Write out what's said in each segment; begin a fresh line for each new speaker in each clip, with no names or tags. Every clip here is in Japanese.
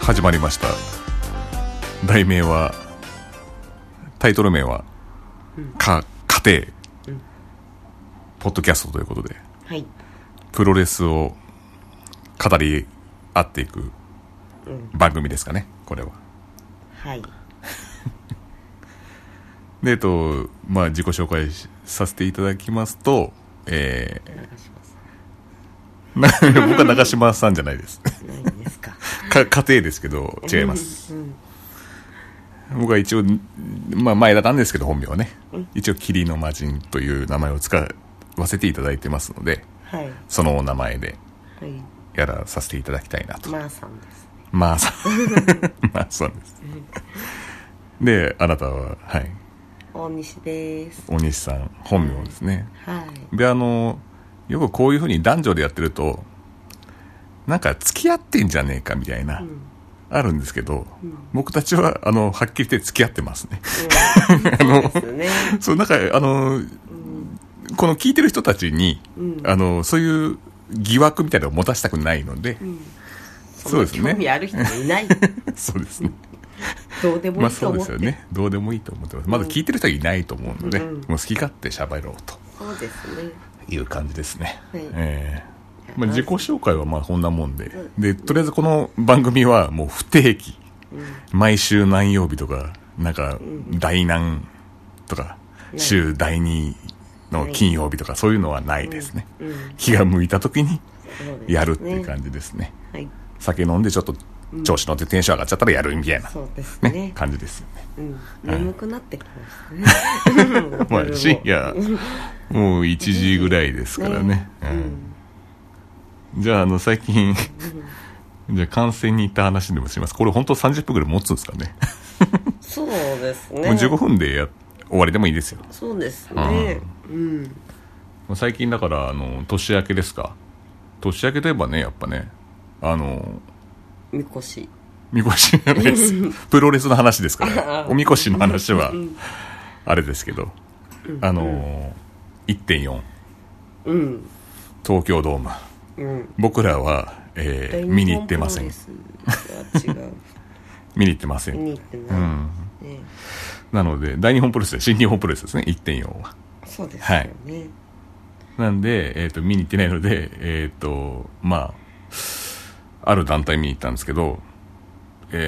始まりました。タイトル名は、家庭、ポッドキャストということで、
はい、
プロレスを語り合っていく番組ですかね、これは。
はい。
で、自己紹介させていただきますと、僕は長嶋さんじゃないです。
何ですか。
家庭ですけど、違います。僕は一応、前田なんですけど、本名はね、一応、霧の魔人という名前を使わせていただいてますので、
はい、
そのお名前でやらさせていただきたいなと。
まあさんですね。
まあさん。まあそうです。で、あなたは、はい。
大西です。
大西さん、本名ですね。
はい。
で、よくこういうふうに男女でやってると、なんか付き合ってんじゃねえかみたいな、あるんですけど、僕たちは、はっきり言って付き合ってますね。
そうですね。
そう、なんか、この聞いてる人たちに、そういう疑惑みたいなのを持たせたくないので、
そうですね。興味ある人いない。
そうですね。
どうでもいいと思って。
そうですよね。どうでもいいと思ってます。まだ聞いてる人はいないと思うので、もう好き勝手喋ろうと。
そうですね。
いう感じですね。
はい。
自己紹介はこんなもんで、とりあえずこの番組はもう不定期、毎週何曜日とか、なんか第何とか、週第2の金曜日とか、そういうのはないですね。気が向いた時にやるっていう感じですね。酒飲んでちょっと調子乗ってテンション上がっちゃったらやるみたいな、感じですよね。
眠くなってきましたね。
深夜もう1時ぐらいですからね。じゃあ最近じゃあ観戦に行った話でもします。これ本当30分ぐらい持つんですかね。
そうですね。
もう15分で終わりでもいいですよ。
そうですね。
最近だから年明けですか。年明けといえばね、やっぱね、
みこし
じゃないです。プロレスの話ですからおみこしの話はあれですけど、1.4、東京ドーム、僕らは、見に行ってません。
違う。
見に行ってません。
見に行ってない。
なので大日本プロレスで新日本プロレスですね、 1.4 は。
そうですよね。
なんで、見に行ってないので、ある団体見に行ったんですけど、一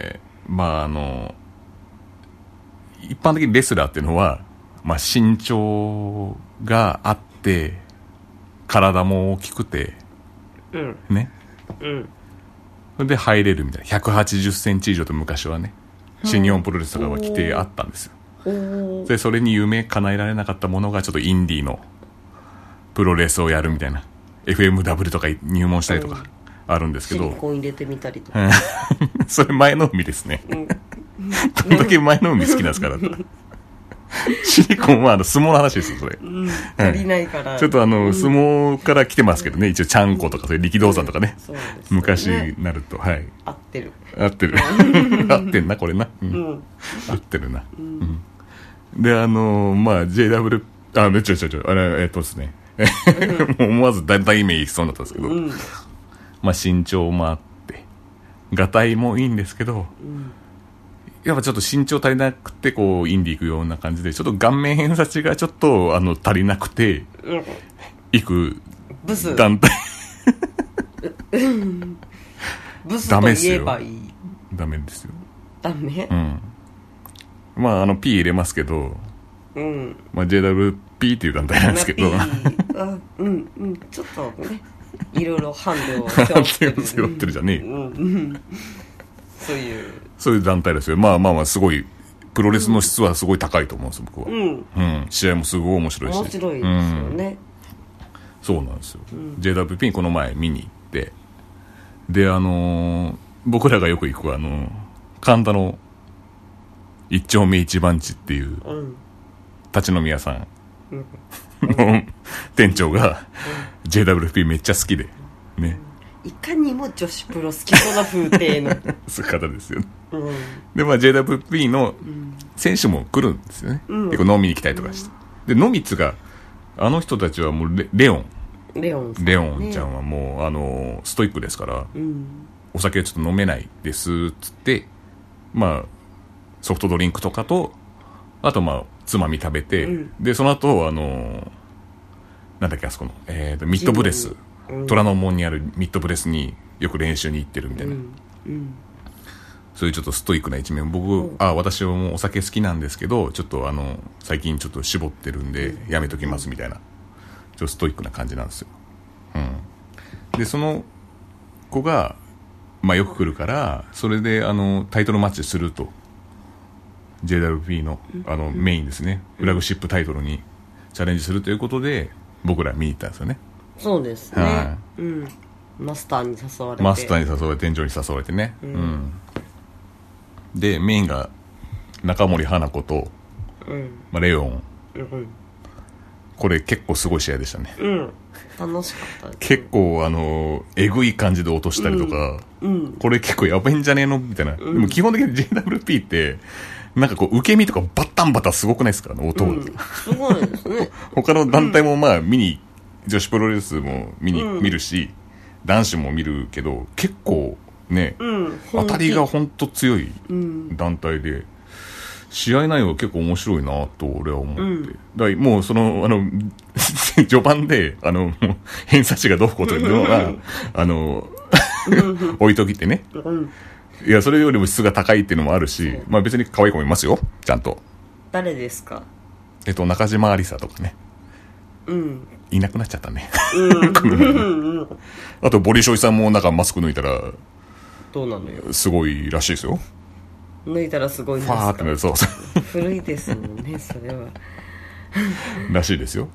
般的にレスラーっていうのは、身長があって体も大きくて、ね、で入れるみたいな、180センチ以上と昔はね、新日本プロレスとかは規定あったんですよ。でそれに夢叶えられなかったものがちょっとインディーのプロレスをやるみたいな、 FMW とか入門したりとかあるんですけど、
シリコン入れてみたりとか
それ前の海ですね。どんだけ前の海好きなんですか。だったらシリコンは相撲の話ですよ、それ。
足りないから。
ちょっと相撲から来てますけどね、一応ちゃんことかそういう力道山とかね、昔になると、はい。合ってる。合ってんな、これな。合ってるな。で、JW、ですね。もう思わず大イメージしそうになったんですけど、身長もあって、がたいもいいんですけど、やっぱちょっと身長足りなくて、こうインディー行くような感じで、ちょっと顔面偏差値がちょっと足りなくて、行く団体
ブスと言えばいい。
ダメですよ。
ダメ。
P 入れますけど、JWP っていう団体なんですけど、
ちょっとね、いろいろハンデを背負ってる
じゃねえよ。そういう団体ですよ。すごいプロレスの質はすごい高いと思うんですよ、僕は。試合もすごい面白いし。
面白いですよね。
そうなんですよ。JWP にこの前見に行って、で僕らがよく行く神田の一丁目一番地っていう立ち飲み屋さんの店長が JWP めっちゃ好きでね。
いかにも女子プロ好きそうな風景の
そういう方ですよね。でJWP の選手も来るんですよね。結構飲みに来たりとかして、で飲みつがあの人たちはもうレオンちゃんはもうストイックですから、 お酒ちょっと飲めないですっつって、まあソフトドリンクとかと、あとまあつまみ食べて、でその後なんだっけ、あそこの、ミッドブレス、虎ノ門にあるミッドブレスによく練習に行ってるみたいな、そういうちょっとストイックな一面、私はもうお酒好きなんですけど、ちょっと最近ちょっと絞ってるんでやめときますみたいな、ちょっとストイックな感じなんですよ。でその子がまあよく来るから、それでタイトルマッチすると、 JWP のメインですね、フラグシップタイトルにチャレンジするということで僕ら見に行ったんですよね。
そうですね、マスターに誘われて、
店長に誘われてね、でメインが中森花子と、レオン、これ結構すごい試合でしたね。
楽しかったです。
結構えぐい感じで落としたりとか、これ結構やばいんじゃねえのみたいな、でも基本的に JWP ってなんかこう受け身とかバッタンバタンすごくないですか、音が、
すごいですね
他の団体もまあ女子プロレスも見るし、男子も見るけど結構ね、当たりが本当強い団体で、試合内容は結構面白いなと俺は思って、だからもうその序盤でもう偏差値がどうこうというのは置いときてね、いやそれよりも質が高いっていうのもあるし、まあ別に可愛い子もいますよ、ちゃんと。
誰ですか？
中島ありさとかね、いなくなっちゃったねあとボリショイさんもなんかマスク抜いたら
どうなのよ、
すごいらしいですよ。
抜いたらすごいんですか？
ファーってなる、そう
古いですもんねそれは
らしいですよ。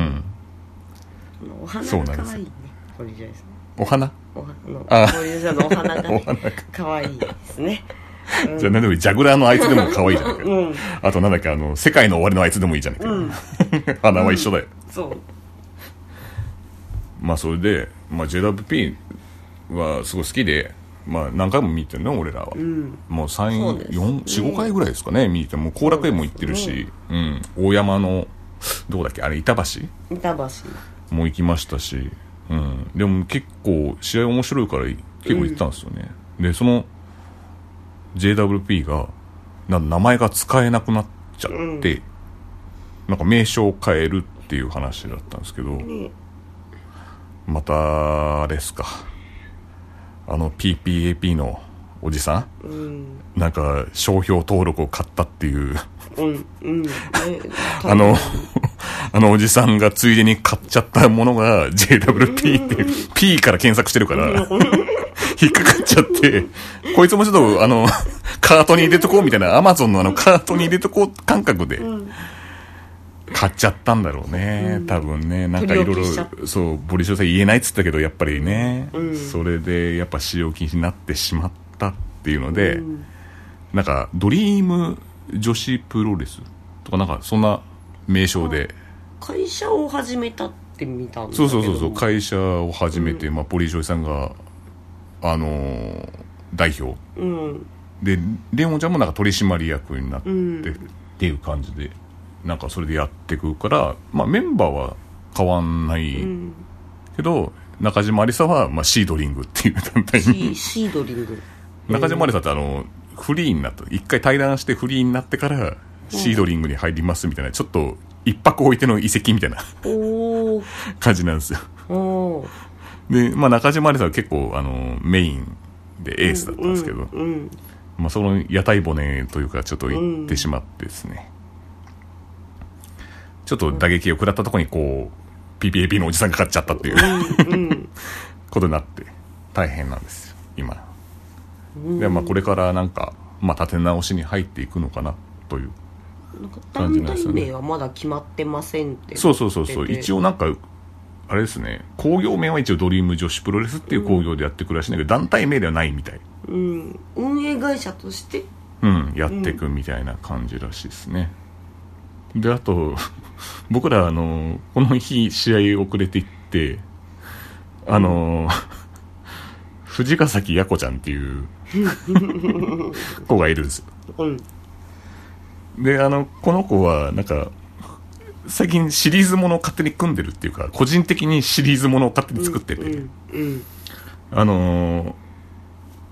お花が可愛いね、ボリジョイさん。
お花？
ボリジョイさんのお花が可愛いですね。
じゃあ何でもいい、ジャグラーのあいつでも可愛いじゃないか、あとなんだっけ、世界の終わりのあいつでもいいじゃないか、花は一緒だよ、
そう。
まあそれで、まあ、JWP はすごい好きで、まあ何回も見てるの俺らは、もう3、4、5回ぐらいですかね、見て、もう後楽園も行ってるし、大山のどこだっけ、あれ板橋も行きましたし、でも結構試合面白いから結構行ったんですよね。でその JWP が名前が使えなくなっちゃって、なんか名称を変えるっていう話だったんですけど、またあれですか、PPAP のおじさん、なんか商標登録を買ったっていうおじさんがついでに買っちゃったものが JWP って P から検索してるから引っかかっちゃって、こいつもちょっとカートに入れとこうみたいな、 Amazon のカートに入れとこう感覚で買っちゃったんだろうね、多分ね。なんかいろいろ、そうボリショイさん言えないっつったけど、やっぱりね、それでやっぱ使用禁止になってしまったっていうので、なんかドリーム女子プロレスとかなんかそんな名称で
会社を始めたって見たんだけど、
そう会社を始めて、ボリショイさんが代表、でレオンちゃんもなんか取締役になってっていう感じで、なんかそれでやっていくから、メンバーは変わんないけど、中島ありさはシードリングっていう団体に
シードリング、
中島ありさってフリーになった一回対談してフリーになってからシードリングに入りますみたいな、ちょっと一泊置いての遺跡みたいな感じなんですよ。で、中島ありさは結構メインでエースだったんですけど、その屋台骨というかちょっと行ってしまってですね、ちょっと打撃を食らったところにこう PPAP のおじさんが勝っちゃったっていうことになって大変なんですよ今。でこれからなんか立て直しに入っていくのかなという感じなんですよね。
団体名はまだ決まってませんって。
そう一応なんかあれですね、興行名は一応ドリーム女子プロレスっていう興行でやってくるらしいんだけど、団体名ではないみたい。
運営会社として
やっていくみたいな感じらしいですね。であと僕らこの日試合遅れていって藤ヶ崎やこちゃんっていう子がいるんですよ。でこの子はなんか最近シリーズものを勝手に組んでるっていうか、個人的にシリーズものを勝手に作ってて、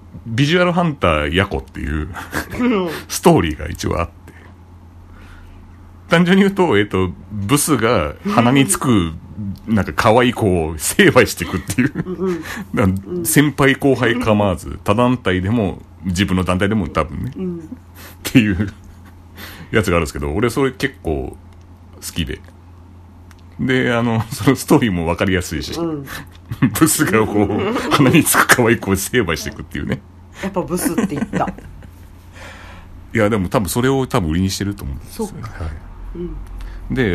ビジュアルハンターヤコっていうストーリーが一応あって、単純に言うと、ブスが鼻につくなんか可愛い子を成敗していくっていう先輩後輩構わず他団体でも自分の団体でも多分ね、っていうやつがあるんですけど、俺それ結構好きで、そのストーリーも分かりやすいし、ブスがこう鼻につく可愛い子を成敗していくっていうね。
やっぱブスって言った
いやでも多分それを売りにしてると思うんですよ。
そうか、
はい、で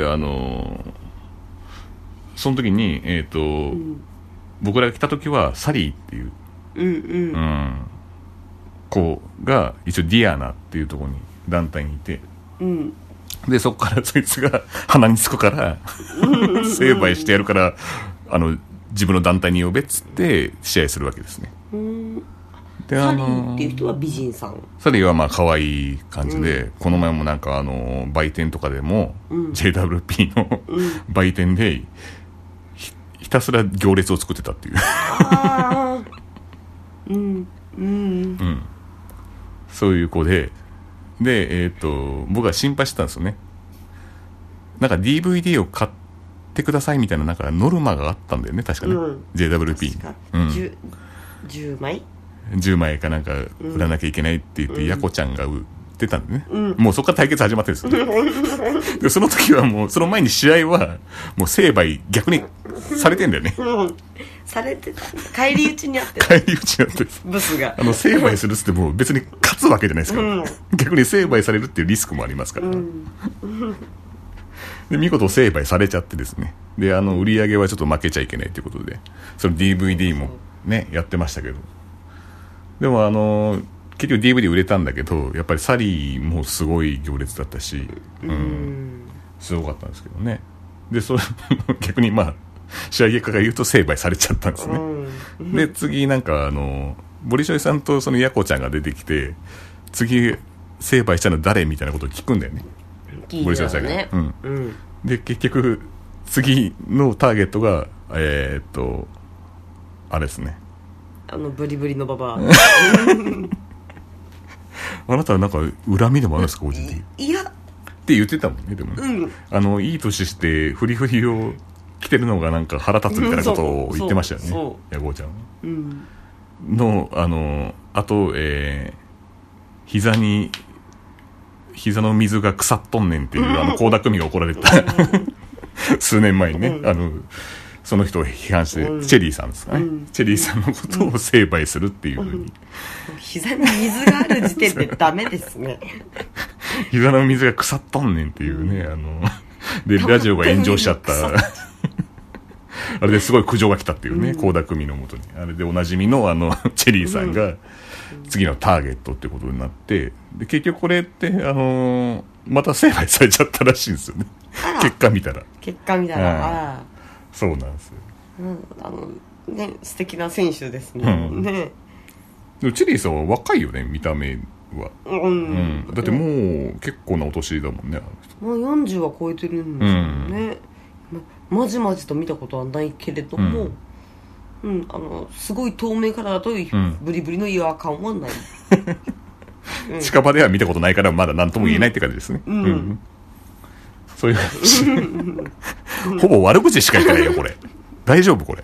その時に僕らが来た時はサリーっていう、子が一応ディアナっていうところに団体にいて、でそこからそいつが鼻につくから成敗してやるから自分の団体に呼べっつって試合するわけですね。
でサリーっていう人は美人さん。
サリーはまあ可愛い感じで、この前もなんか売店とかでも、JWP の売店でひたすら行列を作ってたっていうそういう子で、僕は心配してたんですよね。なんか DVD を買ってくださいみたいななんかノルマがあったんだよね、確かね、JWP に。
10枚
10枚かなんか売らなきゃいけないって言って、ヤコちゃんが売ってたんでね、もうそこから対決始まってるんですよでその時はもうその前に試合はもう成敗逆にされてんだよね、
されてた。返り討ちにあって
返り討ちにあって
ブスが
成敗するっつっても別に勝つわけじゃないですから、逆に成敗されるっていうリスクもありますから、で見事成敗されちゃってですね、で売り上げはちょっと負けちゃいけないということでその DVD もねやってましたけど、でも結局 DVD 売れたんだけど、やっぱりサリーもすごい行列だったし、すごかったんですけどね。で逆にまあ試合結果が言うと成敗されちゃったんですね、で次なんかボリショイさんとそのヤコちゃんが出てきて、次成敗したの誰みたいなことを聞くんだよね、ボリショイさんが、で結局次のターゲットがあれですね、
ブリブリのババア
あなたはなんか恨みでもあるんですか、個人的に。
いや
って言ってたもんね、でもね、いい年してフリフリを着てるのがなんか腹立つみたいなことを言ってましたよね、ヤコウちゃんのあと膝の水が腐っとんねんっていう倖田來未が怒られた数年前にね、その人を批判して、チェリーさんですかね、チェリーさんのことを成敗するっていうふうに、
膝に水がある時点でダメですね
膝の水が腐っとんねんっていうね、でラジオが炎上しちゃったあれですごい苦情が来たっていうね、倖田來未のもとに、あれでおなじみのチェリーさんが次のターゲットってことになって、で結局これってまた成敗されちゃったらしいんですよね結果見たら、そうなんですよ、
ね、素敵な選手ですね、ね。
でもチェリーさんは若いよね、見た目は、だってもう結構なお年だもんね、
もう40は超えてるんですよね、まじまじと見たことはないけれども、すごい遠目からだとブリブリの違和感はない、
近場では見たことないからまだ何とも言えないって感じですね、そういう感じほぼ悪口しか言ってないよこれ大丈夫これ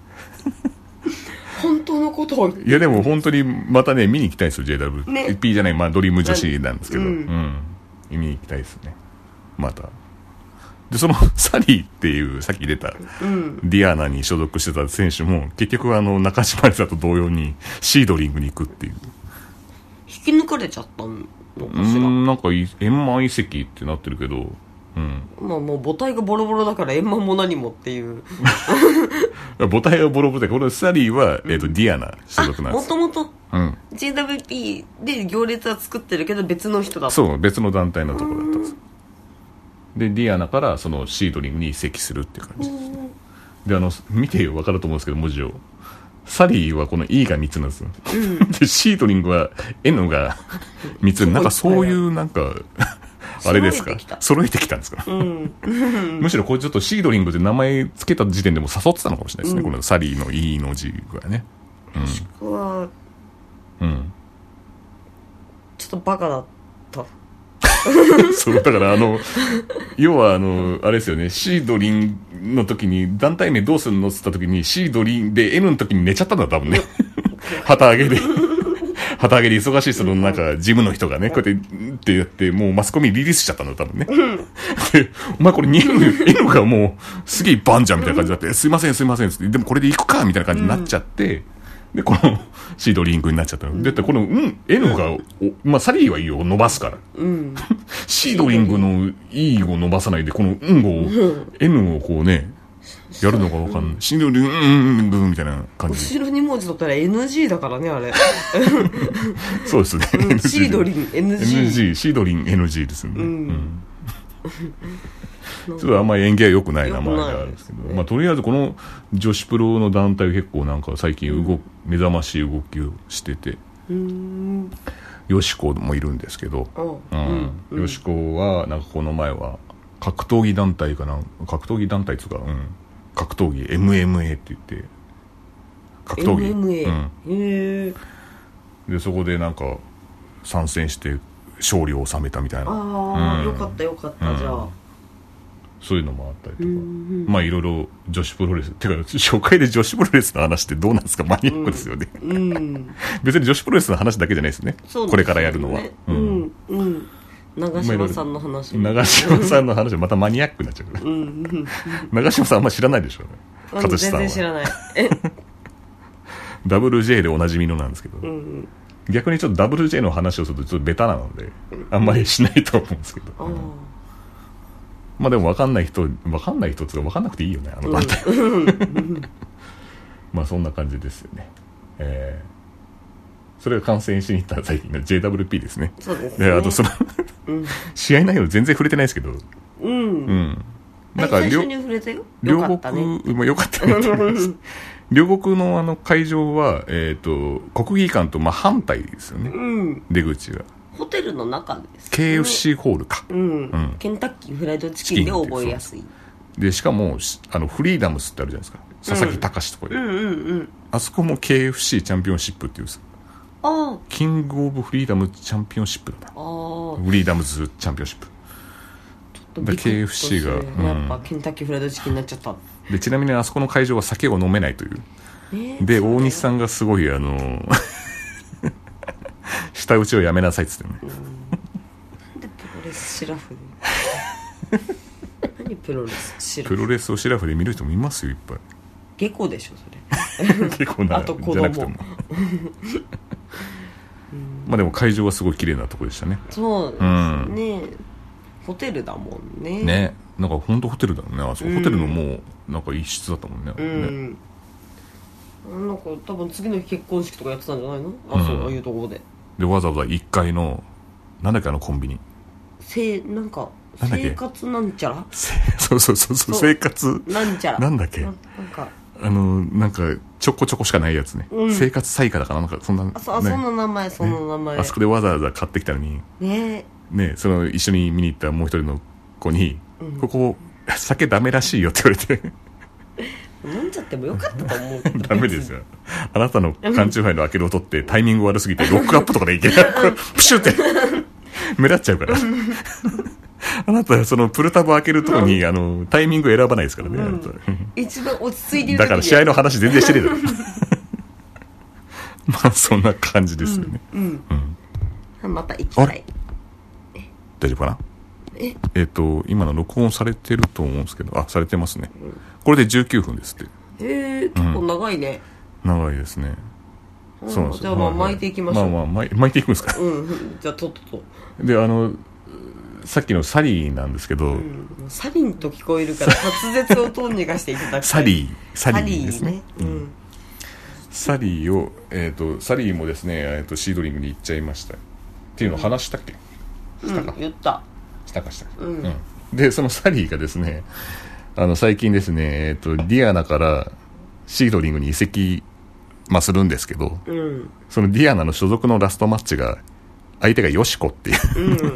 本当のことを
いやでも本当にまたね見に行きたいですよ JWP、じゃない、まあ、ドリーム女子なんですけど、見に行きたいですねまた。でそのサリーっていうさっき出た、ディアナに所属してた選手も結局中島理沙と同様にシードリングに行くっていう、
引き抜かれちゃったのかしら。
なんか円満移籍ってなってるけど、
まあもう母体がボロボロだから円満も何もっていう
母体がボロボロで、このサリーは、ディアナ所属なんです。
もともと JWP で行列は作ってるけど別の人だった。
そう、別の団体のところだったんです。でディアナからそのシードリングに移籍するっていう感じですで見て分かると思うんですけど、文字をサリーはこの E が3つなんですよ、でシードリングは N が3つなんかそういうなんかあれですか、揃えてきたんですか、むしろこれちょっとシードリングで名前つけた時点でも誘ってたのかもしれないですね、このサリーの E の字がね、
もしくは
うん、
ちょっとバカだった
そうだから要はあれですよね、シードリンの時に団体名どうするのって言った時にシードリンで N の時に寝ちゃったんだ多分ね旗揚げで旗揚げで忙しいそのなんか事務の人がねこうやってやってもうマスコミリリースしちゃったんだ多分ね、でお前これ N がもうすげえバンじゃんみたいな感じになってすいませんってでもこれで行くかみたいな感じになっちゃって、でこのシードリングになっちゃったの、でこのN がまあサリーはいいよ伸ばすから、シードリングの E を伸ばさないでこのN をこうねやるのか分かんない、シードリングみたいな感じで
後ろ2文字取ったら NG だからねあれ
そうですね、
シードリン NG
シードリン NG ですね、ちょっとあんまり縁起は良くない名前であるんですけど、まあ、とりあえずこの女子プロの団体結構なんか最近目覚ましい動きをしてて、よしこもいるんですけど、よしこはなんかこの前は格闘技団体かな、格闘技団体っていうか、格闘技 MMA って言って格闘技
MMA、
でそこでなんか参戦して勝利を収めたみたいな、
よかったよかった、じゃあ
そういうのもあったりとか、まあいろいろ女子プロレスてか初回で女子プロレスの話ってどうなんですか、マニアックですよね、別に女子プロレスの話だけじゃないですね、これからやるのは、
長嶋さんの話、
長嶋さんの話はまたマニアックになっちゃうから、長嶋さんあんま知らないでしょ、勝志さんは
全然知らない
WJ でおなじみのなんですけど、逆にちょっと WJ の話をするとちょっとベタなのであんまりしないと思うんですけど、まあでも分かんない人っていうか分かんなくていいよねあの団体、まあそんな感じですよね、それが観戦しに行った最近の JWP ですね。
そうですね。
であとその試合内容全然触れてないですけど、
なんか最初に触れたよ。
両国も良かったね両国の会場は国技館と反対ですよね、出口は
ホテルの中です、
ね、KFC ホールか、
ケンタッキーフライドチキンで覚えやすい
で、しかもフリーダムスってあるじゃないですか、佐々木隆とかいう、あそこも KFC チャンピオンシップっていうキングオブフリーダムチャンピオンシップだな、フリーダムズチャンピオンシップ、
ちょっとビクッとする、KFC が、やっぱケンタッキーフライドチキンになっちゃった。
でちなみにあそこの会場は酒を飲めないという、で大西さんがすごい舌打ちをやめなさいっつってね、
なんでプロレスシラフで何プロレスシラフ、
プロレスをシラフで見る人もいますよいっぱい。
下戸でしょそれ
下戸な
あと子供
じゃなくてもまあでも会場はすごい綺麗なとこでしたね。
そうですね、ホテルだもんね。
ね、なんか本当ホテルだもんねあそこ、ホテルのもうなんか一室だったもんね、
なんか多分次の日結婚式とかやってたんじゃないの、そういうところで
わざわざ1階のなんだっけコンビニ
なんか生活なんちゃら
そう生活
なんちゃら
なんだっけなんかちょこちょこしかないやつね、生活彩花だからなんかそんな、
その名前その名前、
あそこでわざわざ買ってきたのにね、その一緒に見に行ったもう一人の子に、ここ酒ダメらしいよって言われて
飲んじゃってもよかったと思う
ダメですよ、あなたの缶チューハイの開ける音ってタイミング悪すぎてロックアップとかでいけないプシュって目立っちゃうからあなたそのプルタブ開けるとこにタイミング選ばないですからね、
一番落ち着いてる時
だから試合の話全然してねえだろまあそんな感じですよね、
また行きたい。
大丈夫かな。今の録音されてると思うんですけど、されてますね、これで19分ですって。
結構長いね、
長いですね。そうなんですよ。
じゃあ巻いていきましょう。
巻いていくんですか。
じゃあとっととで
さっきのサリーなんですけど、
サリンと聞こえるから滑舌をトーンにがしていただきたい
サリーですね、サリーを、サリーもですね、シードリングに行っちゃいましたっていうのを話したっけ、したか、
言った
したかしたか、でそのサリーがですね最近ですね、ディアナからシードリングに移籍、するんですけど、そのディアナの所属のラストマッチが相手がヨシコっていう、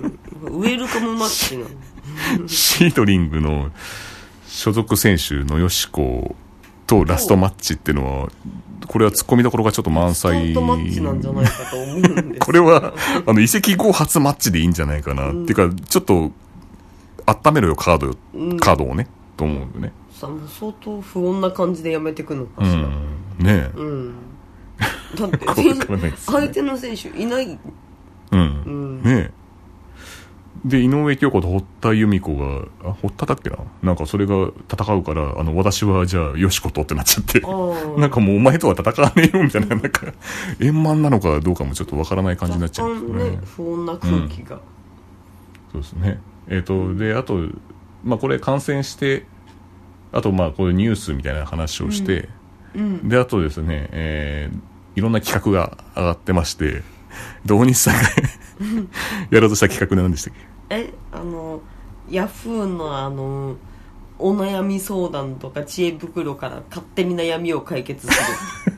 ウェルカムマッチな
シードリングの所属選手のヨシコとラストマッチっていうのは、これは突っ込みどころがちょっと満載。
スタートマッチなんじゃないかと思うんです
これは移籍後初マッチでいいんじゃないかな、っていうかちょっと温めろよカードをね、と思うよね。
相当不穏な感じでやめてくのかしら。
ねえ。
だって相手の選手いない。ね
え。で井上京子と堀田由美子が堀田だっけな、なんかそれが戦うから私はじゃあよしことってなっちゃって、なんかもうお前とは戦わねえよみたいな、なんか円満なのかどうかもちょっとわからない感じになっちゃうんですね。
不穏な空気が、
そうですね。であとこれ観戦して、あとこういうニュースみたいな話をして、であとですね、いろんな企画が上がってまして、大西さんがやろうとした企画何でしたっけ？
ヤフーのお悩み相談とか知恵袋から勝手に悩みを解決す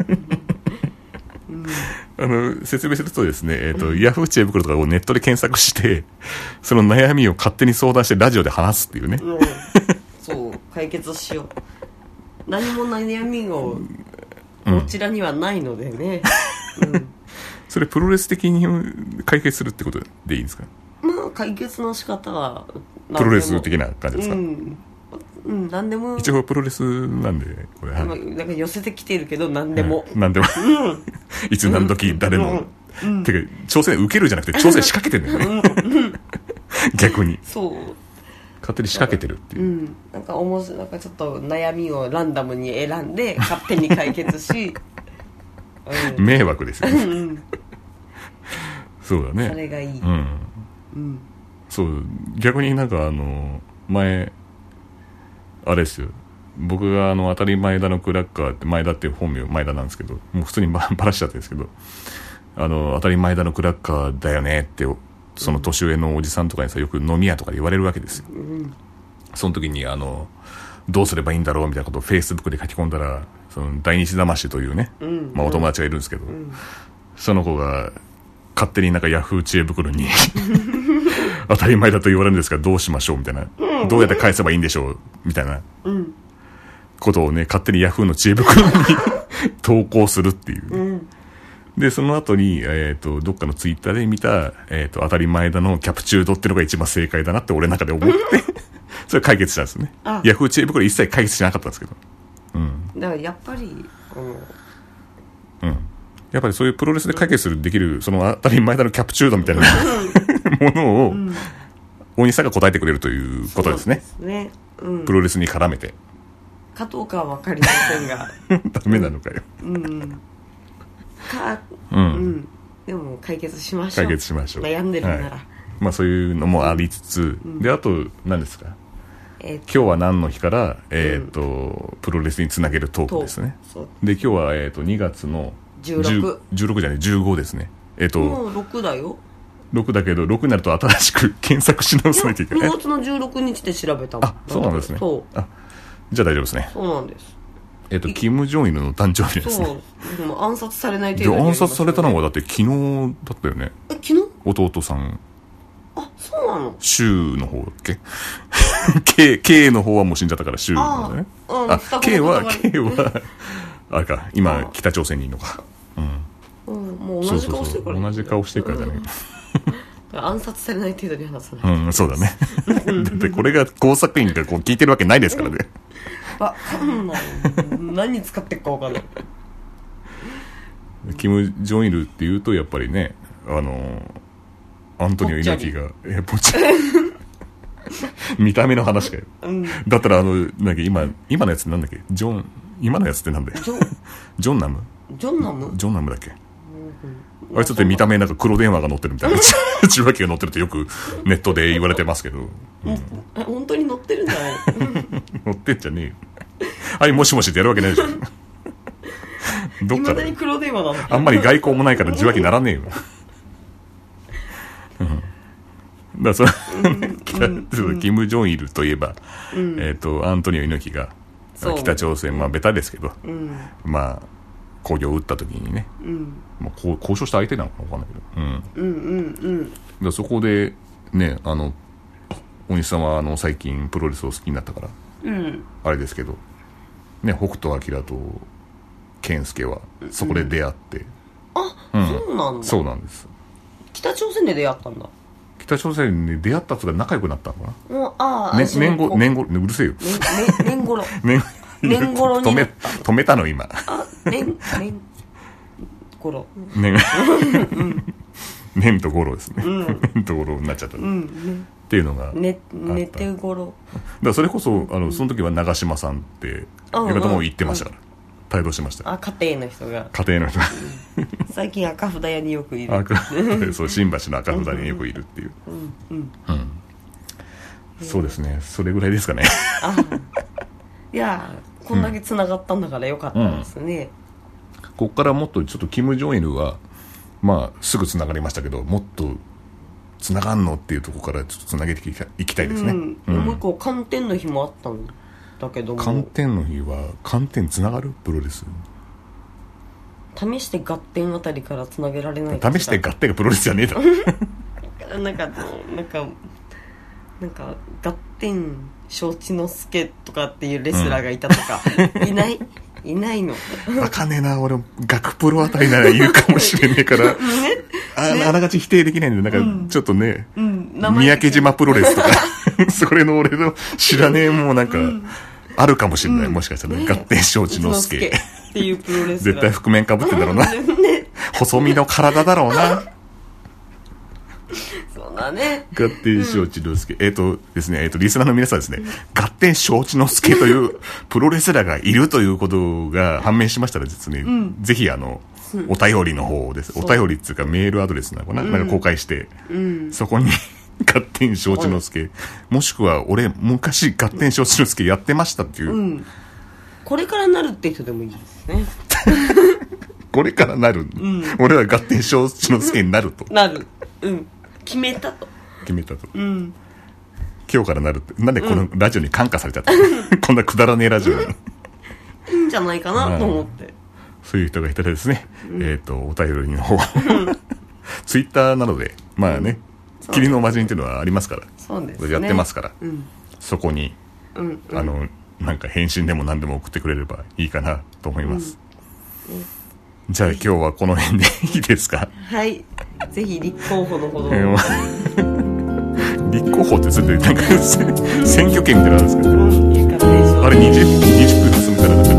る説明するとですね、ヤフー知恵袋とかをネットで検索してその悩みを勝手に相談してラジオで話すっていうね、
そう解決しよう。何も悩みをこちらにはないのでね、
それプロレス的に解決するってことでいいんですか？
解決の仕方は
プロレス的な感じですか？
何でも
一応プロレスなんでこれ、
なんか寄せてきてるけど何でも、
何でもいつ何時誰の、てか挑戦受けるじゃなくて挑戦仕掛けてるんだよね逆に
そう
勝手に仕掛けてるっていう、
なんかちょっと悩みをランダムに選んで勝手に解決し
迷惑ですよねそうだね、
それがいい。
そう逆になんか前あれですよ、僕が当たり前田のクラッカーって、前田っていう本名前田なんですけど、もう普通にバラしちゃってるんですけど、当たり前田のクラッカーだよねってその年上のおじさんとかにさよく飲み屋とかで言われるわけですよ、その時にどうすればいいんだろうみたいなことをフェイスブックで書き込んだら、その大西魂というね、お友達がいるんですけど、その子が勝手になんかヤフー知恵袋に当たり前だと言われるんですがどうしましょうみたいな、どうやって返せばいいんでしょうみたいなことをね、勝手にヤフーの知恵袋に投稿するっていう、でその後に、どっかのツイッターで見た、当たり前だのキャプチュードっていうのが一番正解だなって俺の中で思ってそれ解決したんですね。ヤフー知恵袋一切解決しなかったんですけど、
だからやっぱり
やっぱりそういうプロレスで解決できるその当たり前だのキャプチュードみたいなものを大西さんが答えてくれるということですね。
そうですね、
プロレスに絡めて
かどうかは分かりませんが
ダメなのかよ、
でも解決しましょう。
解決しましょう。
悩んでるなら、
そういうのもありつつ、であと何ですか、今日は何の日から、プロレスにつなげるトークですね。で今日は、2月の16じゃない15ですね。
もう6だよ。
6だけど6になると新しく検索し直さないといけない。
2月の16日で調べたもん。
そうなんですね。
そう
じゃあ大丈夫ですね。
そうなんです。
キム・ジョンイルの誕生日ですね。
そうでも暗殺されない程度
に暗殺されたのがだって昨日だったよね。
昨日
弟さん。
そうなの。
シュウの方だっけK の方はもう死んじゃったからシュウなんだね。K はあれか今北朝鮮にいるのか。
もう同じ顔してるから。
同じ顔してるからじゃね
暗殺されない程度に話さない。
そうだねだってこれが工作員がこう聞いてるわけないですからね。
わかんない何に使ってっかわかんない。
キム・ジョンイルっていうとやっぱりねアントニオ猪木がぽっちゃり見た目の話かよ、だったらなんだっけ今のやつなんだっけ今のやつってなんだよジョンナムだっけ、あれちょっと見た目なんか黒電話が載ってるみたいな受話器が載ってるってよくネットで言われてますけど、
本当に載ってるんじゃない
載ってんじゃねえよはいもしもしってやるわけないでしょどっかで
黒電話なの
あんまり外交もないから受話器ならねえよだからキム・ジョンイルといえば、アントニオ猪木が北朝鮮ベタですけど、工業を打った時にね、交渉した相手なのか分かんないけど、そこでね大西さんは最近プロレスを好きになったから、あれですけどね、北斗晶と健介はそこで出会って、
そうなんだ。
そうなんです。
北朝鮮で出会ったんだ。
北朝鮮で出会ったとか仲良くなったのかな。年頃うるせえよ。
年頃年頃に
止めたの今。
年頃
年と頃ですね。年と頃になっちゃったっていうのが
寝て頃。
だからそれこそその時は長嶋さんっていう方も言ってましたから、帯同しました。
家庭の人が最近赤札屋によくいる。
そう、新橋の赤札によくいるっていう。そうですね、それぐらいですかね。
いや、こんだけ繋がったんだからよかったですね。
こっからもっとちょっとキム・ジョンイルはまあすぐ繋がりましたけど、もっと繋がんのっていうところからちょっと繋げていきたいですね。
もう一個寒天の日もあったんだけども、
寒天の日は寒天繋がるプロレス
試して合点あたりから繋げられないかしら。
試して合点がプロレスじゃねえだろ。
なんか合点承知の助とかっていうレスラーがいたとか、いないの。
わかんねえな、俺学プロあたりならいるかもしれねえからあながち否定できないんで、なんかちょっとね、三宅島プロレスとかそれの俺の知らねえもうなんかあるかもしれない、もしかしたら合点承知の助
っていうプロレス
絶対覆面かぶってんだろうな細身の体だろうな。
そうだね。
合点承知の助。ですね、リスナーの皆さんですね、合点承知の助というプロレスラーがいるということが判明しましたらですね、ぜひお便りの方です。お便りっていうかメールアドレスなのかな、なんか公開して、そこに合点承知の助、もしくは俺昔合点承知の助やってましたっていう、
これからなるって人でもいいですね。
これからなる、俺は合点承知の助になると
なる、決めたと、
今日からなるって。なんでこのラジオに感化されちゃったこんなくだらねえラジオに
いいんじゃないかなと思って。
そういう人がいたらですね、お便りの方ツイッターなどでまあね、霧の魔人っていうのはありますから、
そうですね、
やってますから、そこに、なんか返信でも何でも送ってくれればいいかなと思います、じゃあ今日はこの辺でいいですか。
はい、ぜひ立候補のほど
立候補ってそれでなんか選挙権みたいなのあるんですけど、あれ20分進むから